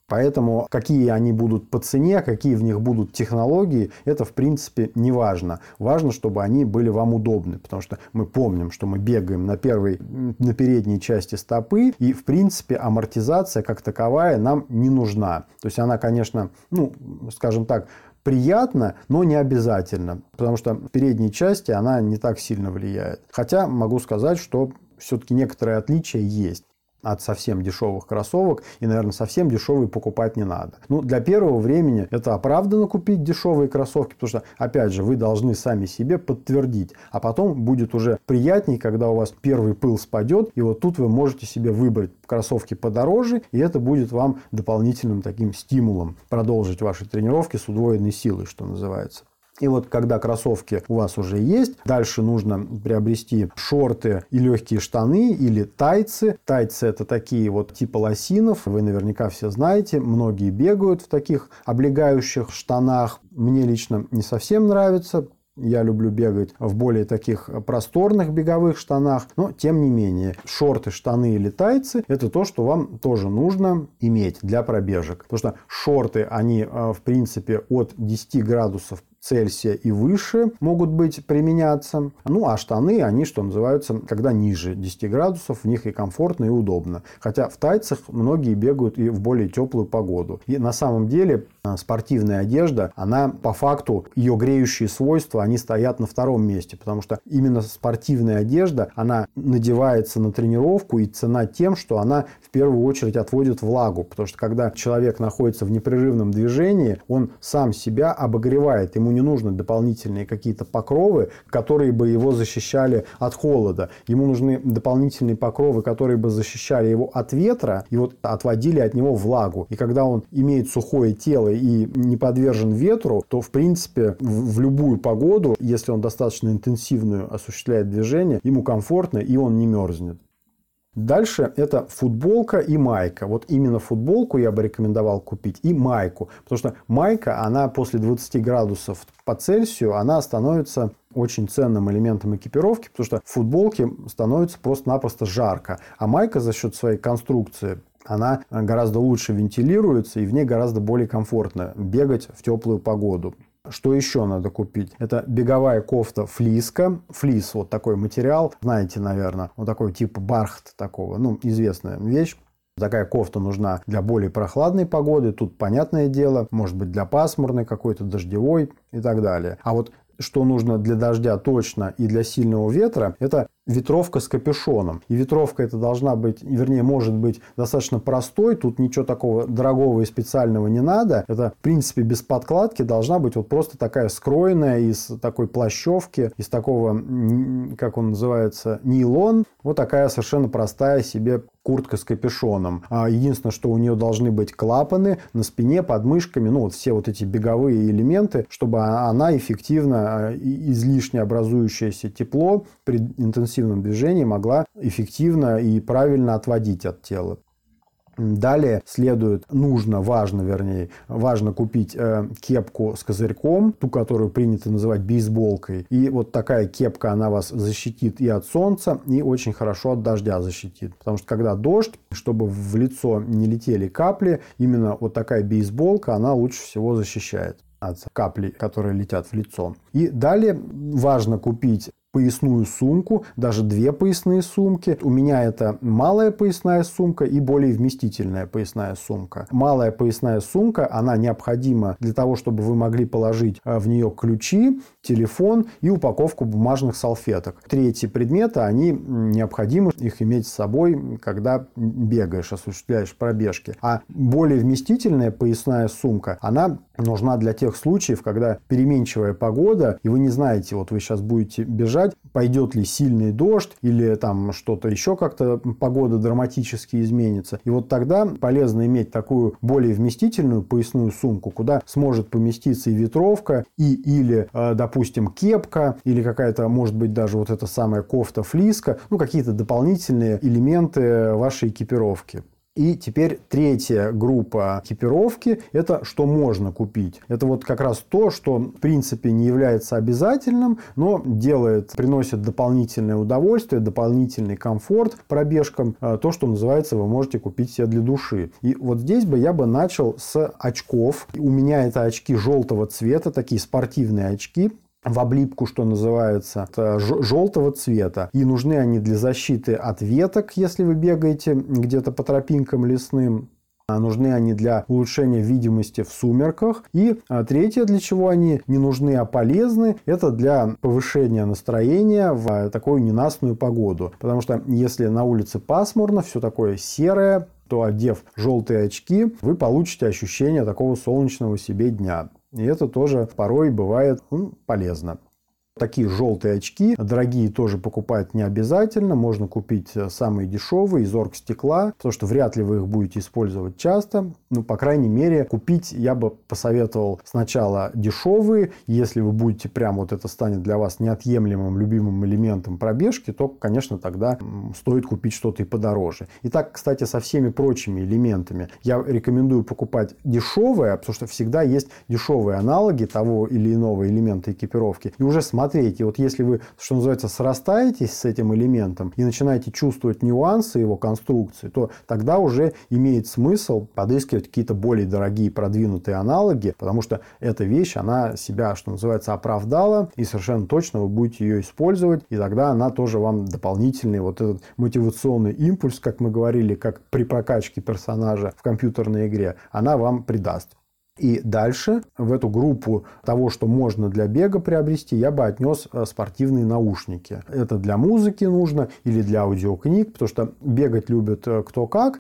Поэтому какие они будут по цене, какие в них будут технологии, это в принципе не важно. Важно, чтобы они были вам удобны, потому что мы помним, что мы бегаем на передней части стопы, и в принципе амортизация как таковая нам не нужна. То есть она, конечно, скажем так, приятно, но не обязательно, потому что в передней части она не так сильно влияет. Хотя могу сказать, что все-таки некоторые отличия есть от совсем дешевых кроссовок, и, наверное, совсем дешевые покупать не надо. Для первого времени это оправданно купить дешевые кроссовки, потому что, опять же, вы должны сами себе подтвердить, а потом будет уже приятней, когда у вас первый пыл спадет, и вот тут вы можете себе выбрать кроссовки подороже, и это будет вам дополнительным таким стимулом продолжить ваши тренировки с удвоенной силой, что называется. И вот когда кроссовки у вас уже есть, дальше нужно приобрести шорты и легкие штаны или тайцы. Тайцы — это такие вот типа лосинов. Вы наверняка все знаете. Многие бегают в таких облегающих штанах. Мне лично не совсем нравится. Я люблю бегать в более таких просторных беговых штанах, но тем не менее шорты, штаны или тайцы – это то, что вам тоже нужно иметь для пробежек. Потому что шорты, они в принципе от 10 градусов Цельсия и выше могут быть применяться. А штаны, они, что называется, когда ниже 10 градусов, в них и комфортно, и удобно. Хотя в тайцах многие бегают и в более теплую погоду. И на самом деле спортивная одежда, она по факту, ее греющие свойства, они стоят на втором месте. Потому что именно спортивная одежда, она надевается на тренировку, и цена тем, что она в первую очередь отводит влагу. Потому что когда человек находится в непрерывном движении, он сам себя обогревает. Ему не нужны дополнительные какие-то покровы, которые бы его защищали от холода. Ему нужны дополнительные покровы, которые бы защищали его от ветра и вот отводили от него влагу. И когда он имеет сухое тело и не подвержен ветру, то в принципе в любую погоду, если он достаточно интенсивную осуществляет движение, ему комфортно и он не мерзнет. Дальше это футболка и майка. Вот именно футболку я бы рекомендовал купить и майку. Потому что майка, она после 20 градусов по Цельсию, она становится очень ценным элементом экипировки, потому что в футболке становится просто-напросто жарко. А майка за счет своей конструкции, она гораздо лучше вентилируется и в ней гораздо более комфортно бегать в теплую погоду. Что еще надо купить? Это беговая кофта флиска. Флис, вот такой материал, знаете, наверное, вот такой типа бархат такого, известная вещь. Такая кофта нужна для более прохладной погоды. Тут, понятное дело, может быть для пасмурной какой-то, дождевой и так далее. А вот что нужно для дождя точно и для сильного ветра, это ветровка с капюшоном. И ветровка эта должна быть, вернее, может быть достаточно простой. Тут ничего такого дорогого и специального не надо. Это, в принципе, без подкладки должна быть вот просто такая скроенная из такой плащевки, из такого, как он называется, нейлон. Вот такая совершенно простая себе куртка с капюшоном. Единственное, что у нее должны быть клапаны на спине, под мышками, вот все вот эти беговые элементы, чтобы она эффективно, излишне образующееся тепло при интенсивном движении могла эффективно и правильно отводить от тела. Далее важно купить кепку с козырьком, ту, которую принято называть бейсболкой. И вот такая кепка, она вас защитит и от солнца, и очень хорошо от дождя защитит. Потому что когда дождь, чтобы в лицо не летели капли, именно вот такая бейсболка, она лучше всего защищает от каплей, которые летят в лицо. И далее важно купить поясную сумку, даже 2 поясные сумки. У меня это малая поясная сумка и более вместительная поясная сумка. Малая поясная сумка, она необходима для того, чтобы вы могли положить в нее ключи, телефон и упаковку бумажных салфеток. 3 предмета, они необходимо их иметь с собой, когда бегаешь, осуществляешь пробежки. А более вместительная поясная сумка, она нужна для тех случаев, когда переменчивая погода, и вы не знаете, вот вы сейчас будете бежать, пойдет ли сильный дождь или там что-то еще как-то погода драматически изменится. И вот тогда полезно иметь такую более вместительную поясную сумку, куда сможет поместиться и ветровка, или, допустим, кепка, или какая-то, может быть, даже вот эта самая кофта-флиска, какие-то дополнительные элементы вашей экипировки. И теперь третья группа экипировки – это что можно купить. Это вот как раз то, что в принципе не является обязательным, но приносит дополнительное удовольствие, дополнительный комфорт пробежкам. То, что называется, вы можете купить себе для души. И вот здесь я бы начал с очков. У меня это очки желтого цвета, такие спортивные очки. В облипку, что называется, желтого цвета. И нужны они для защиты от веток, если вы бегаете где-то по тропинкам лесным. Нужны они для улучшения видимости в сумерках. И третье, для чего они не нужны, а полезны, это для повышения настроения в такую ненастную погоду. Потому что если на улице пасмурно, все такое серое, то, одев желтые очки, вы получите ощущение такого солнечного себе дня. И это тоже порой бывает полезно. Такие желтые очки, дорогие, тоже покупать не обязательно. Можно купить самые дешевые из оргстекла, потому что вряд ли вы их будете использовать часто. По крайней мере, купить я бы посоветовал сначала дешевые. Если вы будете это станет для вас неотъемлемым, любимым элементом пробежки, то, конечно, тогда стоит купить что-то и подороже. И так, кстати, со всеми прочими элементами. Я рекомендую покупать дешевые, потому что всегда есть дешевые аналоги того или иного элемента экипировки. И уже смотрите, если вы, что называется, срастаетесь с этим элементом и начинаете чувствовать нюансы его конструкции, то тогда уже имеет смысл подыскивать какие-то более дорогие продвинутые аналоги, потому что эта вещь, она себя, что называется, оправдала, и совершенно точно вы будете ее использовать, и тогда она тоже вам дополнительный этот мотивационный импульс, как мы говорили, как при прокачке персонажа в компьютерной игре, она вам придаст. И дальше в эту группу того, что можно для бега приобрести, я бы отнес спортивные наушники. Это для музыки нужно или для аудиокниг, потому что бегать любят кто как.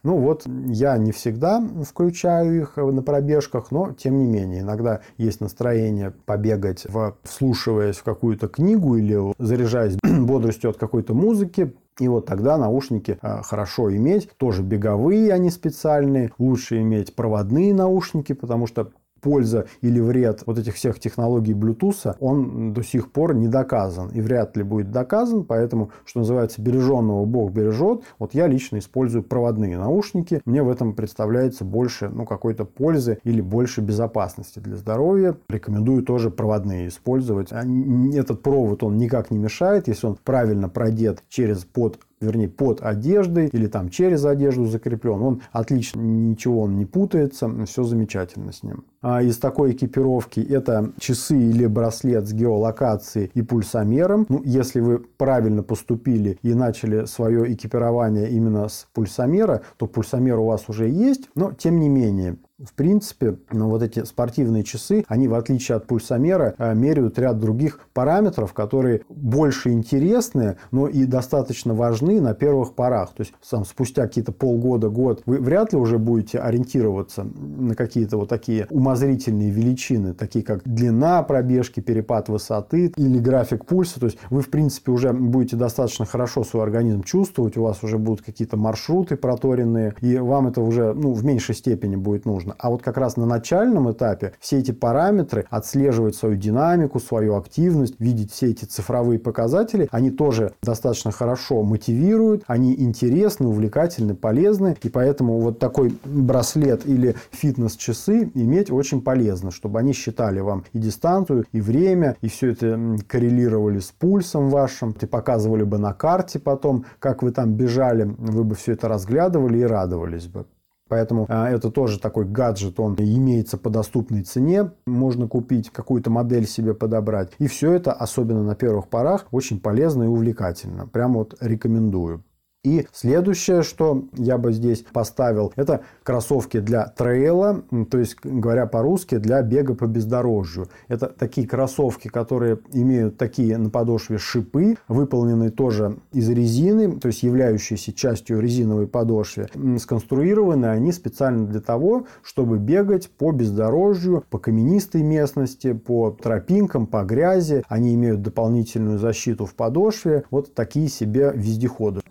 Я не всегда включаю их на пробежках, но тем не менее. Иногда есть настроение побегать, вслушиваясь в какую-то книгу или заряжаясь бодростью от какой-то музыки. И тогда наушники хорошо иметь. Тоже беговые они специальные. Лучше иметь проводные наушники, потому что польза или вред этих всех технологий Bluetooth, он до сих пор не доказан. И вряд ли будет доказан. Поэтому, что называется, береженного Бог бережет. Я лично использую проводные наушники. Мне в этом представляется больше какой-то пользы или больше безопасности для здоровья. Рекомендую тоже проводные использовать. Этот провод, он никак не мешает, если он правильно продет под одеждой или через одежду закреплен. Он отлично, ничего он не путается, все замечательно с ним. Из такой экипировки это часы или браслет с геолокацией и пульсомером. Если вы правильно поступили и начали свое экипирование именно с пульсомера, то пульсомер у вас уже есть, но тем не менее. В принципе, эти спортивные часы, они, в отличие от пульсомера, меряют ряд других параметров, которые больше интересны, но и достаточно важны на первых порах. То есть, спустя какие-то полгода, год, вы вряд ли уже будете ориентироваться на какие-то такие умозрительные величины, такие как длина пробежки, перепад высоты или график пульса. То есть, вы, в принципе, уже будете достаточно хорошо свой организм чувствовать, у вас уже будут какие-то маршруты проторенные, и вам это уже в меньшей степени будет нужно. А как раз на начальном этапе все эти параметры, отслеживать свою динамику, свою активность, видеть все эти цифровые показатели, они тоже достаточно хорошо мотивируют, они интересны, увлекательны, полезны. И поэтому такой браслет или фитнес-часы иметь очень полезно, чтобы они считали вам и дистанцию, и время, и все это коррелировали с пульсом вашим, и показывали бы на карте потом, как вы там бежали, вы бы все это разглядывали и радовались бы. Поэтому это тоже такой гаджет, он имеется по доступной цене, можно купить, какую-то модель себе подобрать. И все это, особенно на первых порах, очень полезно и увлекательно. Прямо рекомендую. И следующее, что я бы здесь поставил, это кроссовки для трейла, то есть, говоря по-русски, для бега по бездорожью. Это такие кроссовки, которые имеют такие на подошве шипы, выполненные тоже из резины, то есть являющиеся частью резиновой подошвы. Сконструированы они специально для того, чтобы бегать по бездорожью, по каменистой местности, по тропинкам, по грязи. Они имеют дополнительную защиту в подошве. Такие себе вездеходы. И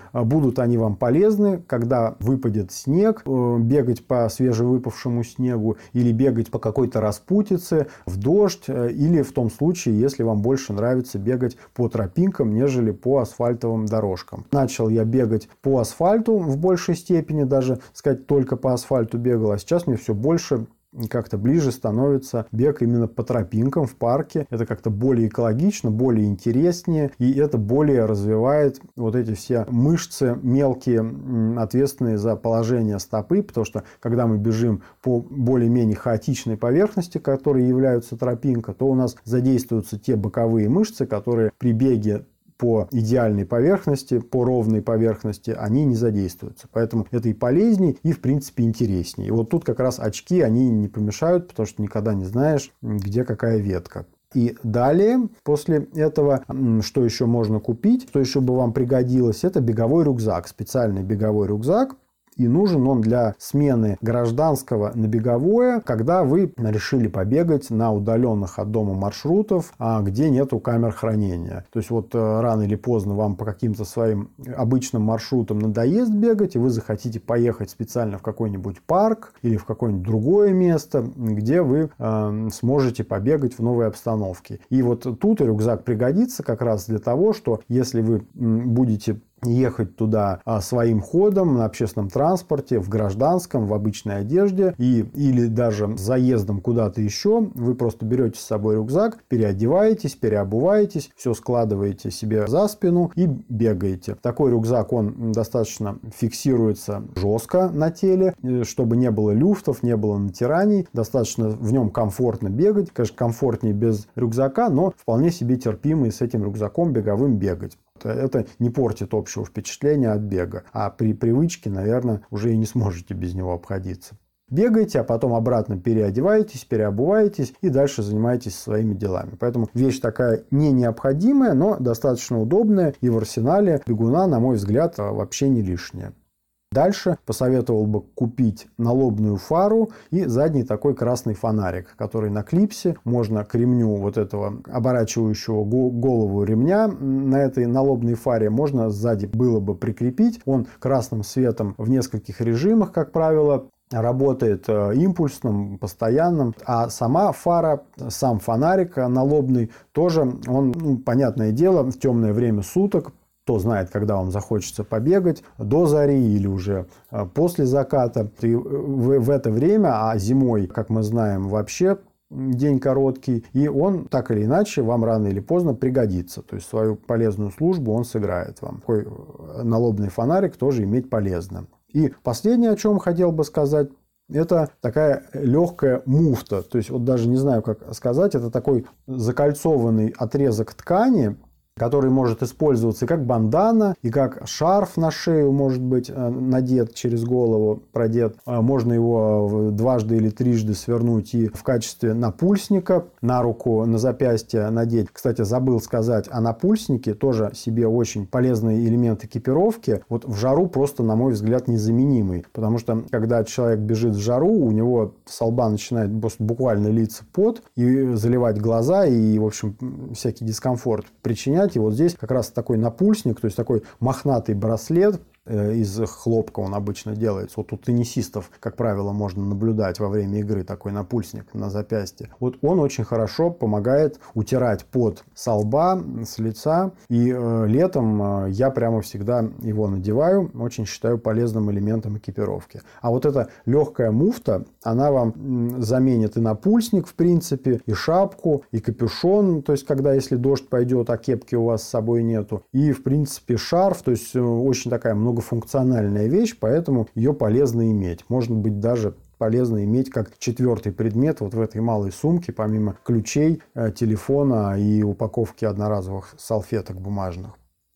будут они вам полезны, когда выпадет снег, бегать по свежевыпавшему снегу или бегать по какой-то распутице в дождь, или в том случае, если вам больше нравится бегать по тропинкам, нежели по асфальтовым дорожкам. Начал я бегать по асфальту в большей степени, даже сказать, только по асфальту бегал, а сейчас мне все больше как-то ближе становится бег именно по тропинкам в парке. Это как-то более экологично, более интереснее, и это более развивает вот эти все мышцы мелкие, ответственные за положение стопы, потому что когда мы бежим по более-менее хаотичной поверхности, которые являются тропинка, то у нас задействуются те боковые мышцы, которые при беге по идеальной поверхности, по ровной поверхности, они не задействуются. Поэтому это и полезнее, и, в принципе, интереснее. И вот тут как раз очки, они не помешают, потому что никогда не знаешь, где какая ветка. И далее, после этого, что еще можно купить, что еще бы вам пригодилось, это беговой рюкзак, специальный беговой рюкзак. И нужен он для смены гражданского на беговое, когда вы решили побегать на удаленных от дома маршрутов, где нету камер хранения. То есть вот рано или поздно вам по каким-то своим обычным маршрутам надоест бегать, и вы захотите поехать специально в какой-нибудь парк или в какое-нибудь другое место, где вы сможете побегать в новой обстановке. И вот тут рюкзак пригодится как раз для того, что если вы будете ехать туда своим ходом на общественном транспорте, в гражданском, в обычной одежде или даже заездом куда-то еще, вы просто берете с собой рюкзак, переодеваетесь, переобуваетесь, все складываете себе за спину и бегаете. Такой рюкзак, он достаточно фиксируется жестко на теле, чтобы не было люфтов, не было натираний, достаточно в нем комфортно бегать. Конечно, комфортнее без рюкзака, но вполне себе терпимо и с этим рюкзаком беговым бегать. Это не портит общего впечатления от бега. А при привычке, наверное, уже и не сможете без него обходиться. Бегаете, а потом обратно переодеваетесь, переобуваетесь и дальше занимаетесь своими делами. Поэтому вещь такая не необходимая, но достаточно удобная. И в арсенале бегуна, на мой взгляд, вообще не лишняя. Дальше посоветовал бы купить налобную фару и задний такой красный фонарик, который на клипсе. Можно к ремню вот этого оборачивающего голову ремня на этой налобной фаре можно сзади было бы прикрепить. Он красным светом в нескольких режимах, как правило, работает импульсным, постоянным. А сама фара, сам фонарик налобный тоже, он, понятное дело, в темное время суток, кто знает, когда вам захочется побегать, до зари или уже после заката. И в это время, а зимой, как мы знаем, вообще день короткий, и он так или иначе вам рано или поздно пригодится. То есть свою полезную службу он сыграет вам. Такой налобный фонарик тоже иметь полезно. И последнее, о чем хотел бы сказать, это такая легкая муфта. То есть вот даже не знаю, как сказать, это такой закольцованный отрезок ткани, который может использоваться и как бандана, и как шарф на шею может быть надет через голову, продет. Можно его дважды или трижды свернуть и в качестве напульсника на руку, на запястье надеть. Кстати, забыл сказать, о напульснике тоже себе очень полезный элемент экипировки. Вот в жару просто, на мой взгляд, незаменимый. Потому что, когда человек бежит в жару, у него со лба начинает буквально литься пот и заливать глаза, и, в общем, всякий дискомфорт причинять. И вот здесь как раз такой напульсник, то есть такой мохнатый браслет, из хлопка он обычно делается. Вот у теннисистов, как правило, можно наблюдать во время игры такой напульсник на запястье. Вот он очень хорошо помогает утирать пот со лба, с лица. И летом я прямо всегда его надеваю. Очень считаю полезным элементом экипировки. А вот эта легкая муфта, она вам заменит и напульсник, в принципе, и шапку, и капюшон. То есть, когда если дождь пойдет, а кепки у вас с собой нету. И, в принципе, шарф. То есть, очень такая многофункциональная вещь, поэтому ее полезно иметь. Может быть, даже полезно иметь как четвертый предмет вот в этой малой сумке, помимо ключей, телефона и упаковки одноразовых салфеток бумажных.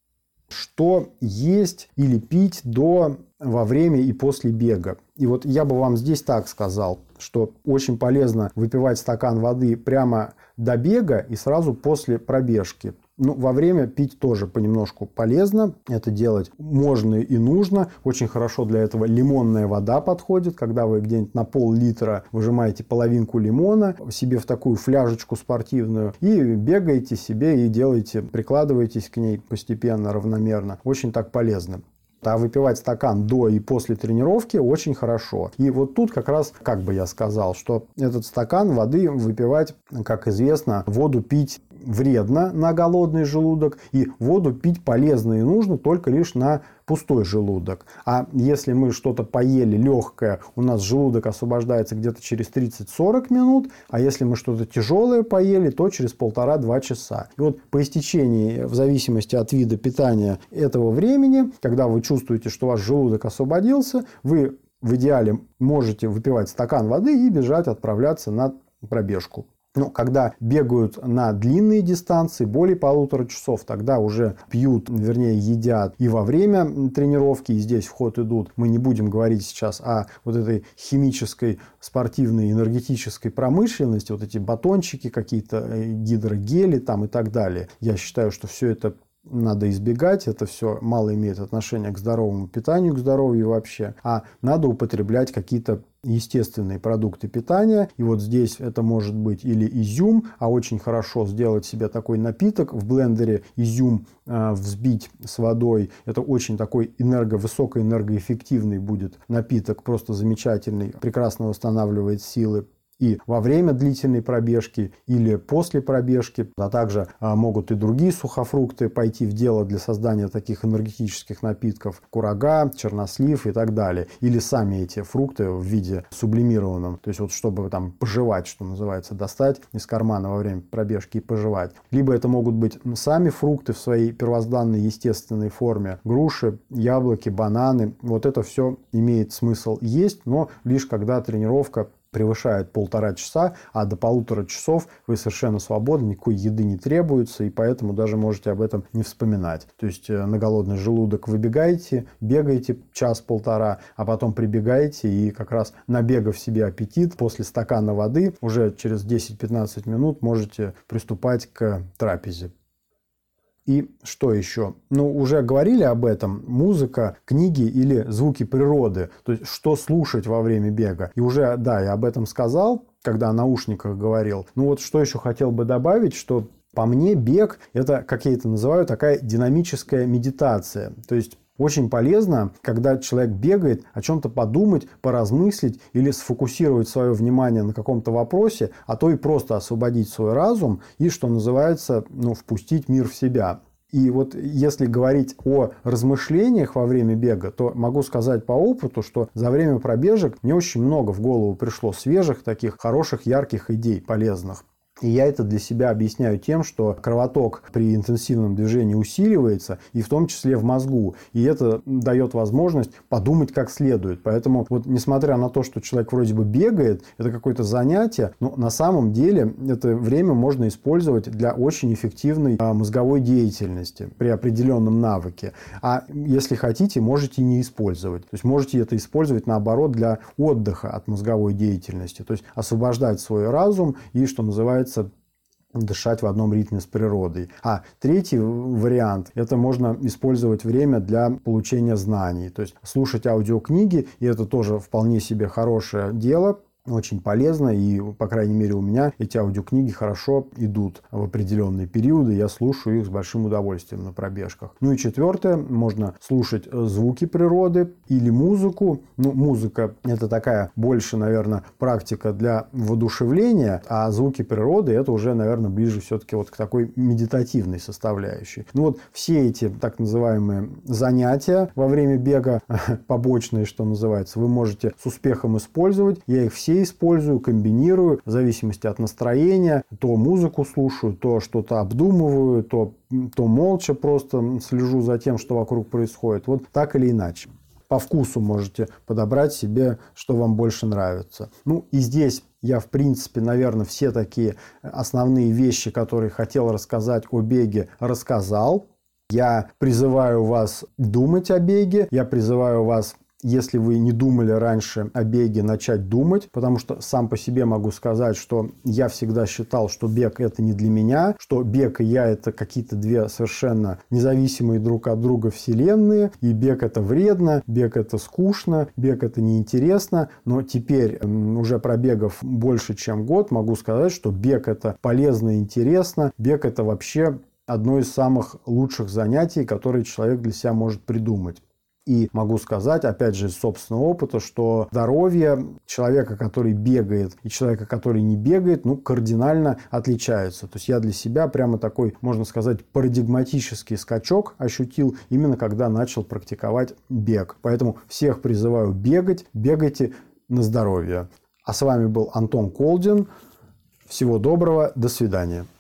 Что есть или пить до, во время и после бега? И вот я бы вам здесь так сказал, что очень полезно выпивать стакан воды прямо до бега и сразу после пробежки. Ну, во время пить тоже понемножку полезно. Это делать можно и нужно. Очень хорошо для этого лимонная вода подходит. Когда вы где-нибудь на пол-литра выжимаете половинку лимона себе в такую фляжечку спортивную и бегаете себе и делаете, прикладываетесь к ней постепенно, равномерно. Очень так полезно. А выпивать стакан до и после тренировки очень хорошо. И вот тут как раз, как бы я сказал, что этот стакан воды выпивать, как известно, воду пить вредно на голодный желудок, и воду пить полезно и нужно только лишь на пустой желудок. А если мы что-то поели легкое, у нас желудок освобождается где-то через 30-40 минут, а если мы что-то тяжелое поели, то через 1,5-2 часа. И вот по истечении, в зависимости от вида питания этого времени, когда вы чувствуете, что ваш желудок освободился, вы в идеале можете выпивать стакан воды и бежать, отправляться на пробежку. Но когда бегают на длинные дистанции, более 1,5 часов, тогда уже пьют, вернее, едят и во время тренировки, и здесь в ход идут. Мы не будем говорить сейчас о вот этой химической, спортивной, энергетической промышленности, вот эти батончики, какие-то гидрогели там и так далее. Я считаю, что все это надо избегать, это все мало имеет отношения к здоровому питанию, к здоровью вообще, а надо употреблять какие-то естественные продукты питания. И вот здесь это может быть или изюм, а очень хорошо сделать себе такой напиток в блендере, изюм взбить с водой. Это очень такой высокоэнергоэффективный будет напиток, просто замечательный, прекрасно восстанавливает силы. И во время длительной пробежки или после пробежки, а также могут и другие сухофрукты пойти в дело для создания таких энергетических напитков. Курага, чернослив и так далее. Или сами эти фрукты в виде сублимированном. То есть, вот чтобы там пожевать, что называется, достать из кармана во время пробежки и пожевать. Либо это могут быть сами фрукты в своей первозданной естественной форме. Груши, яблоки, бананы. Вот это все имеет смысл есть, но лишь когда тренировка превышает 1,5 часа, а до 1,5 часов вы совершенно свободны, никакой еды не требуется, и поэтому даже можете об этом не вспоминать. То есть на голодный желудок выбегаете, бегаете час-полтора, а потом прибегаете и как раз набегав себе аппетит, после стакана воды уже через 10-15 минут можете приступать к трапезе. И что еще? Уже говорили об этом. Музыка, книги или звуки природы. То есть, что слушать во время бега. И уже, да, я об этом сказал, когда о наушниках говорил. Что еще хотел бы добавить, что по мне бег – это, как я это называю, такая динамическая медитация. То есть, очень полезно, когда человек бегает, о чем-то подумать, поразмыслить или сфокусировать свое внимание на каком-то вопросе, а то и просто освободить свой разум и, что называется, впустить мир в себя. И вот если говорить о размышлениях во время бега, то могу сказать по опыту, что за время пробежек мне очень много в голову пришло свежих, таких хороших, ярких идей, полезных. И я это для себя объясняю тем, что кровоток при интенсивном движении усиливается, и в том числе в мозгу. И это дает возможность подумать как следует. Поэтому, несмотря на то, что человек вроде бы бегает, это какое-то занятие, но на самом деле это время можно использовать для очень эффективной мозговой деятельности при определенном навыке. А если хотите, можете не использовать. То есть, можете это использовать, наоборот, для отдыха от мозговой деятельности. То есть, освобождать свой разум и, что называется, дышать в одном ритме с природой. А третий вариант – это можно использовать время для получения знаний. То есть, слушать аудиокниги, и это тоже вполне себе хорошее дело. Очень полезно, и, по крайней мере, у меня эти аудиокниги хорошо идут в определенные периоды. Я слушаю их с большим удовольствием на пробежках. И четвертое, можно слушать звуки природы или музыку. Музыка – это такая больше, наверное, практика для воодушевления, а звуки природы – это уже, наверное, ближе все-таки к такой медитативной составляющей. Все эти так называемые занятия во время бега, побочные, что называется, вы можете с успехом использовать. Я их все использую, комбинирую в зависимости от настроения. То музыку слушаю, то что-то обдумываю, то молча просто слежу за тем, что вокруг происходит. Так или иначе. По вкусу можете подобрать себе, что вам больше нравится. И здесь я, в принципе, наверное, все такие основные вещи, которые хотел рассказать о беге, рассказал. Я призываю вас думать о беге. Я призываю вас, если вы не думали раньше о беге, начать думать, потому что сам по себе могу сказать, что я всегда считал, что бег – это не для меня, что бег и я – это какие-то две совершенно независимые друг от друга вселенные, и бег – это вредно, бег – это скучно, бег – это неинтересно, но теперь, уже пробегав больше, чем год, могу сказать, что бег – это полезно и интересно, бег – это вообще одно из самых лучших занятий, которые человек для себя может придумать. И могу сказать, опять же, из собственного опыта, что здоровье человека, который бегает, и человека, который не бегает, кардинально отличается. То есть я для себя прямо такой, можно сказать, парадигматический скачок ощутил именно когда начал практиковать бег. Поэтому всех призываю бегать, бегайте на здоровье. А с вами был Антон Колдин. Всего доброго, до свидания.